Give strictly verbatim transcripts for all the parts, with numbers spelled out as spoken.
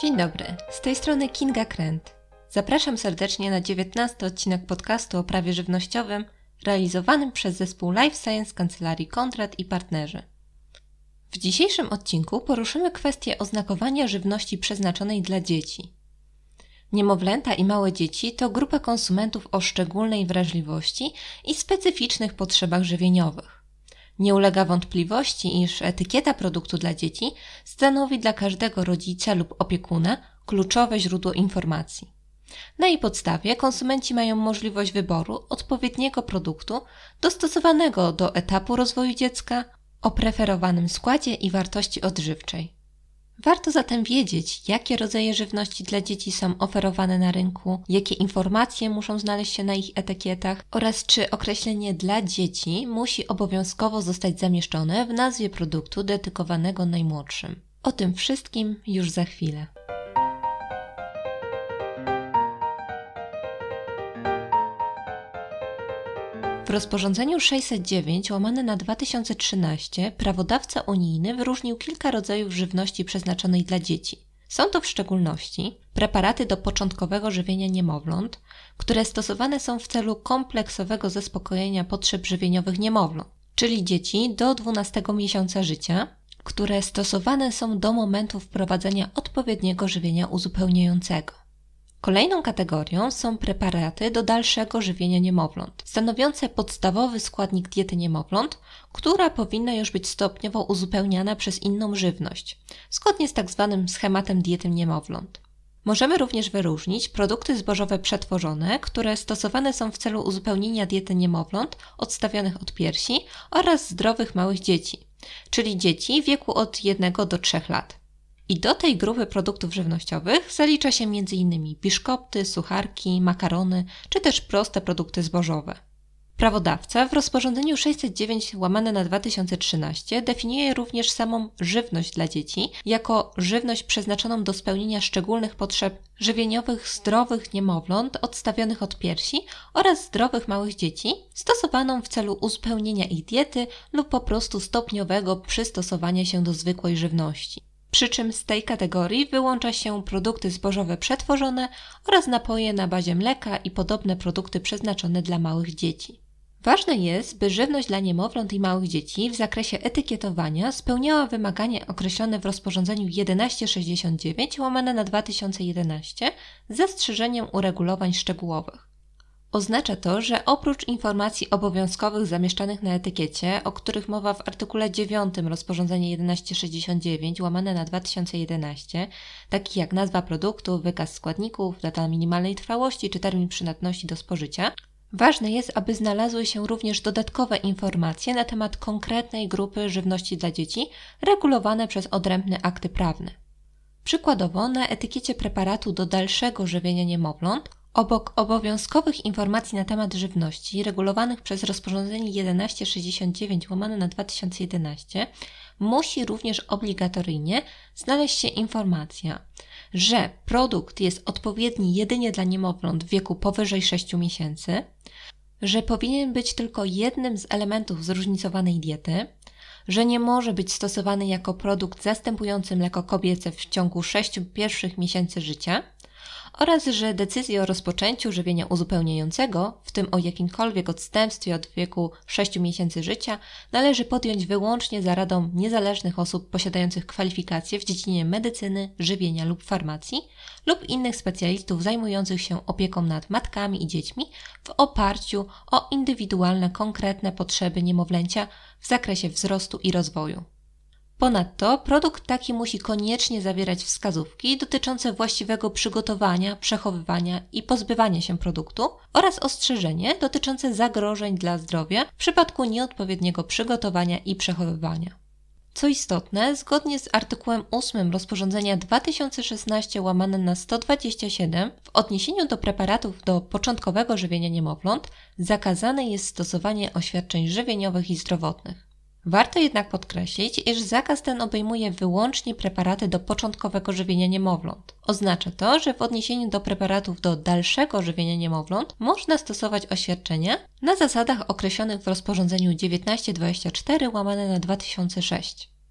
Dzień dobry, z tej strony Kinga Kręt. Zapraszam serdecznie na dziewiętnasty odcinek podcastu o prawie żywnościowym realizowanym przez zespół Life Science Kancelarii Kondrat i partnerzy. W dzisiejszym odcinku poruszymy kwestię oznakowania żywności przeznaczonej dla dzieci. Niemowlęta i małe dzieci to grupa konsumentów o szczególnej wrażliwości i specyficznych potrzebach żywieniowych. Nie ulega wątpliwości, iż etykieta produktu dla dzieci stanowi dla każdego rodzica lub opiekuna kluczowe źródło informacji. Na jej podstawie konsumenci mają możliwość wyboru odpowiedniego produktu dostosowanego do etapu rozwoju dziecka, o preferowanym składzie i wartości odżywczej. Warto zatem wiedzieć, jakie rodzaje żywności dla dzieci są oferowane na rynku, jakie informacje muszą znaleźć się na ich etykietach oraz czy określenie dla dzieci musi obowiązkowo zostać zamieszczone w nazwie produktu dedykowanego najmłodszym. O tym wszystkim już za chwilę. W rozporządzeniu sześćset dziewięć łamane na dwa tysiące trzynaście prawodawca unijny wyróżnił kilka rodzajów żywności przeznaczonej dla dzieci. Są to w szczególności preparaty do początkowego żywienia niemowląt, które stosowane są w celu kompleksowego zaspokojenia potrzeb żywieniowych niemowląt, czyli dzieci do dwunastego miesiąca życia, które stosowane są do momentu wprowadzenia odpowiedniego żywienia uzupełniającego. Kolejną kategorią są preparaty do dalszego żywienia niemowląt, stanowiące podstawowy składnik diety niemowląt, która powinna już być stopniowo uzupełniana przez inną żywność, zgodnie z tzw. schematem diety niemowląt. Możemy również wyróżnić produkty zbożowe przetworzone, które stosowane są w celu uzupełnienia diety niemowląt odstawionych od piersi oraz zdrowych małych dzieci, czyli dzieci w wieku od jednego do trzech lat. I do tej grupy produktów żywnościowych zalicza się między innymi biszkopty, sucharki, makarony czy też proste produkty zbożowe. Prawodawca w rozporządzeniu sześćset dziewięć łamane na dwa tysiące trzynaście definiuje również samą żywność dla dzieci jako żywność przeznaczoną do spełnienia szczególnych potrzeb żywieniowych zdrowych niemowląt odstawionych od piersi oraz zdrowych małych dzieci, stosowaną w celu uzupełnienia ich diety lub po prostu stopniowego przystosowania się do zwykłej żywności. Przy czym z tej kategorii wyłącza się produkty zbożowe przetworzone oraz napoje na bazie mleka i podobne produkty przeznaczone dla małych dzieci. Ważne jest, by żywność dla niemowląt i małych dzieci w zakresie etykietowania spełniała wymagania określone w rozporządzeniu tysiąc sześćdziesiąt dziewięć łamane na dwa tysiące jedenaście z zastrzeżeniem uregulowań szczegółowych. Oznacza to, że oprócz informacji obowiązkowych zamieszczanych na etykiecie, o których mowa w artykule dziewiątym rozporządzenia tysiąc sześćdziesiąt dziewięć łamane na dwa tysiące jedenaście, takich jak nazwa produktu, wykaz składników, data minimalnej trwałości czy termin przydatności do spożycia, ważne jest, aby znalazły się również dodatkowe informacje na temat konkretnej grupy żywności dla dzieci regulowane przez odrębne akty prawne. Przykładowo na etykiecie preparatu do dalszego żywienia niemowląt obok obowiązkowych informacji na temat żywności regulowanych przez rozporządzenie tysiąc sześćdziesiąt dziewięć łamane na dwa tysiące jedenaście musi również obligatoryjnie znaleźć się informacja, że produkt jest odpowiedni jedynie dla niemowląt w wieku powyżej sześciu miesięcy, że powinien być tylko jednym z elementów zróżnicowanej diety, że nie może być stosowany jako produkt zastępujący mleko kobiece w ciągu sześciu pierwszych miesięcy życia, oraz że decyzję o rozpoczęciu żywienia uzupełniającego, w tym o jakimkolwiek odstępstwie od wieku sześciu miesięcy życia, należy podjąć wyłącznie za radą niezależnych osób posiadających kwalifikacje w dziedzinie medycyny, żywienia lub farmacji lub innych specjalistów zajmujących się opieką nad matkami i dziećmi w oparciu o indywidualne, konkretne potrzeby niemowlęcia w zakresie wzrostu i rozwoju. Ponadto produkt taki musi koniecznie zawierać wskazówki dotyczące właściwego przygotowania, przechowywania i pozbywania się produktu oraz ostrzeżenie dotyczące zagrożeń dla zdrowia w przypadku nieodpowiedniego przygotowania i przechowywania. Co istotne, zgodnie z artykułem ósmym rozporządzenia dwa tysiące szesnaście łamane na sto dwadzieścia siedem w odniesieniu do preparatów do początkowego żywienia niemowląt zakazane jest stosowanie oświadczeń żywieniowych i zdrowotnych. Warto jednak podkreślić, iż zakaz ten obejmuje wyłącznie preparaty do początkowego żywienia niemowląt. Oznacza to, że w odniesieniu do preparatów do dalszego żywienia niemowląt można stosować oświadczenia na zasadach określonych w rozporządzeniu tysiąc dziewięćset dwadzieścia cztery łamane na dwa tysiące sześć.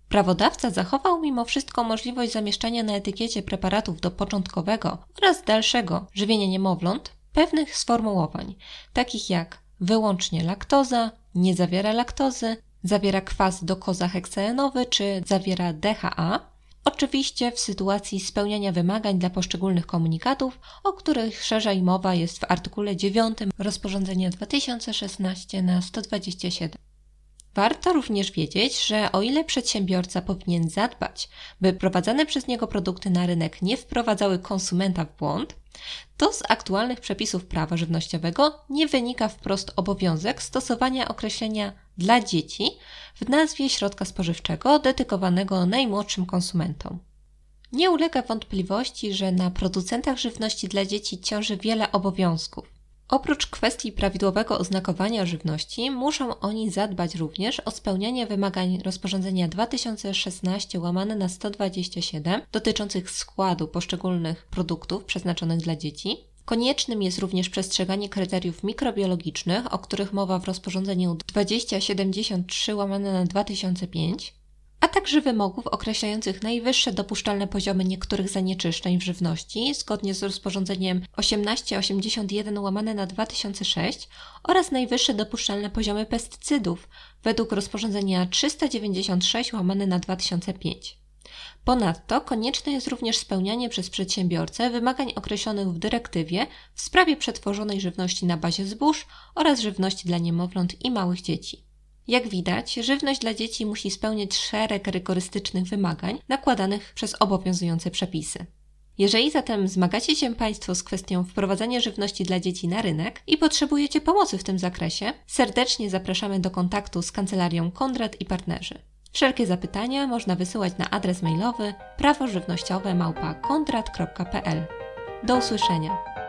Prawodawca zachował mimo wszystko możliwość zamieszczania na etykiecie preparatów do początkowego oraz dalszego żywienia niemowląt pewnych sformułowań, takich jak wyłącznie laktoza, nie zawiera laktozy, zawiera kwas dokozaheksaenowy czy zawiera D H A, oczywiście w sytuacji spełniania wymagań dla poszczególnych komunikatów, o których szerzej mowa jest w artykule dziewiątym rozporządzenia dwa tysiące szesnaście na sto dwadzieścia siedem. Warto również wiedzieć, że o ile przedsiębiorca powinien zadbać, by wprowadzane przez niego produkty na rynek nie wprowadzały konsumenta w błąd, to z aktualnych przepisów prawa żywnościowego nie wynika wprost obowiązek stosowania określenia dla dzieci w nazwie środka spożywczego dedykowanego najmłodszym konsumentom. Nie ulega wątpliwości, że na producentach żywności dla dzieci ciąży wiele obowiązków. Oprócz kwestii prawidłowego oznakowania żywności, muszą oni zadbać również o spełnianie wymagań rozporządzenia dwa tysiące szesnaście łamane na sto dwadzieścia siedem dotyczących składu poszczególnych produktów przeznaczonych dla dzieci. Koniecznym jest również przestrzeganie kryteriów mikrobiologicznych, o których mowa w rozporządzeniu dwieście siedemdziesiąt trzy łamane na dwa tysiące pięć, a także wymogów określających najwyższe dopuszczalne poziomy niektórych zanieczyszczeń w żywności zgodnie z rozporządzeniem osiemnaście osiemdziesiąt jeden łamane na dwa tysiące sześć oraz najwyższe dopuszczalne poziomy pestycydów według rozporządzenia trzysta dziewięćdziesiąt sześć łamane na dwa tysiące pięć. Ponadto konieczne jest również spełnianie przez przedsiębiorcę wymagań określonych w dyrektywie w sprawie przetworzonej żywności na bazie zbóż oraz żywności dla niemowląt i małych dzieci. Jak widać, żywność dla dzieci musi spełniać szereg rygorystycznych wymagań nakładanych przez obowiązujące przepisy. Jeżeli zatem zmagacie się Państwo z kwestią wprowadzania żywności dla dzieci na rynek i potrzebujecie pomocy w tym zakresie, serdecznie zapraszamy do kontaktu z Kancelarią Konrad i Partnerzy. Wszelkie zapytania można wysyłać na adres mailowy prawożywnościowe małpa konrad kropka p l. Do usłyszenia!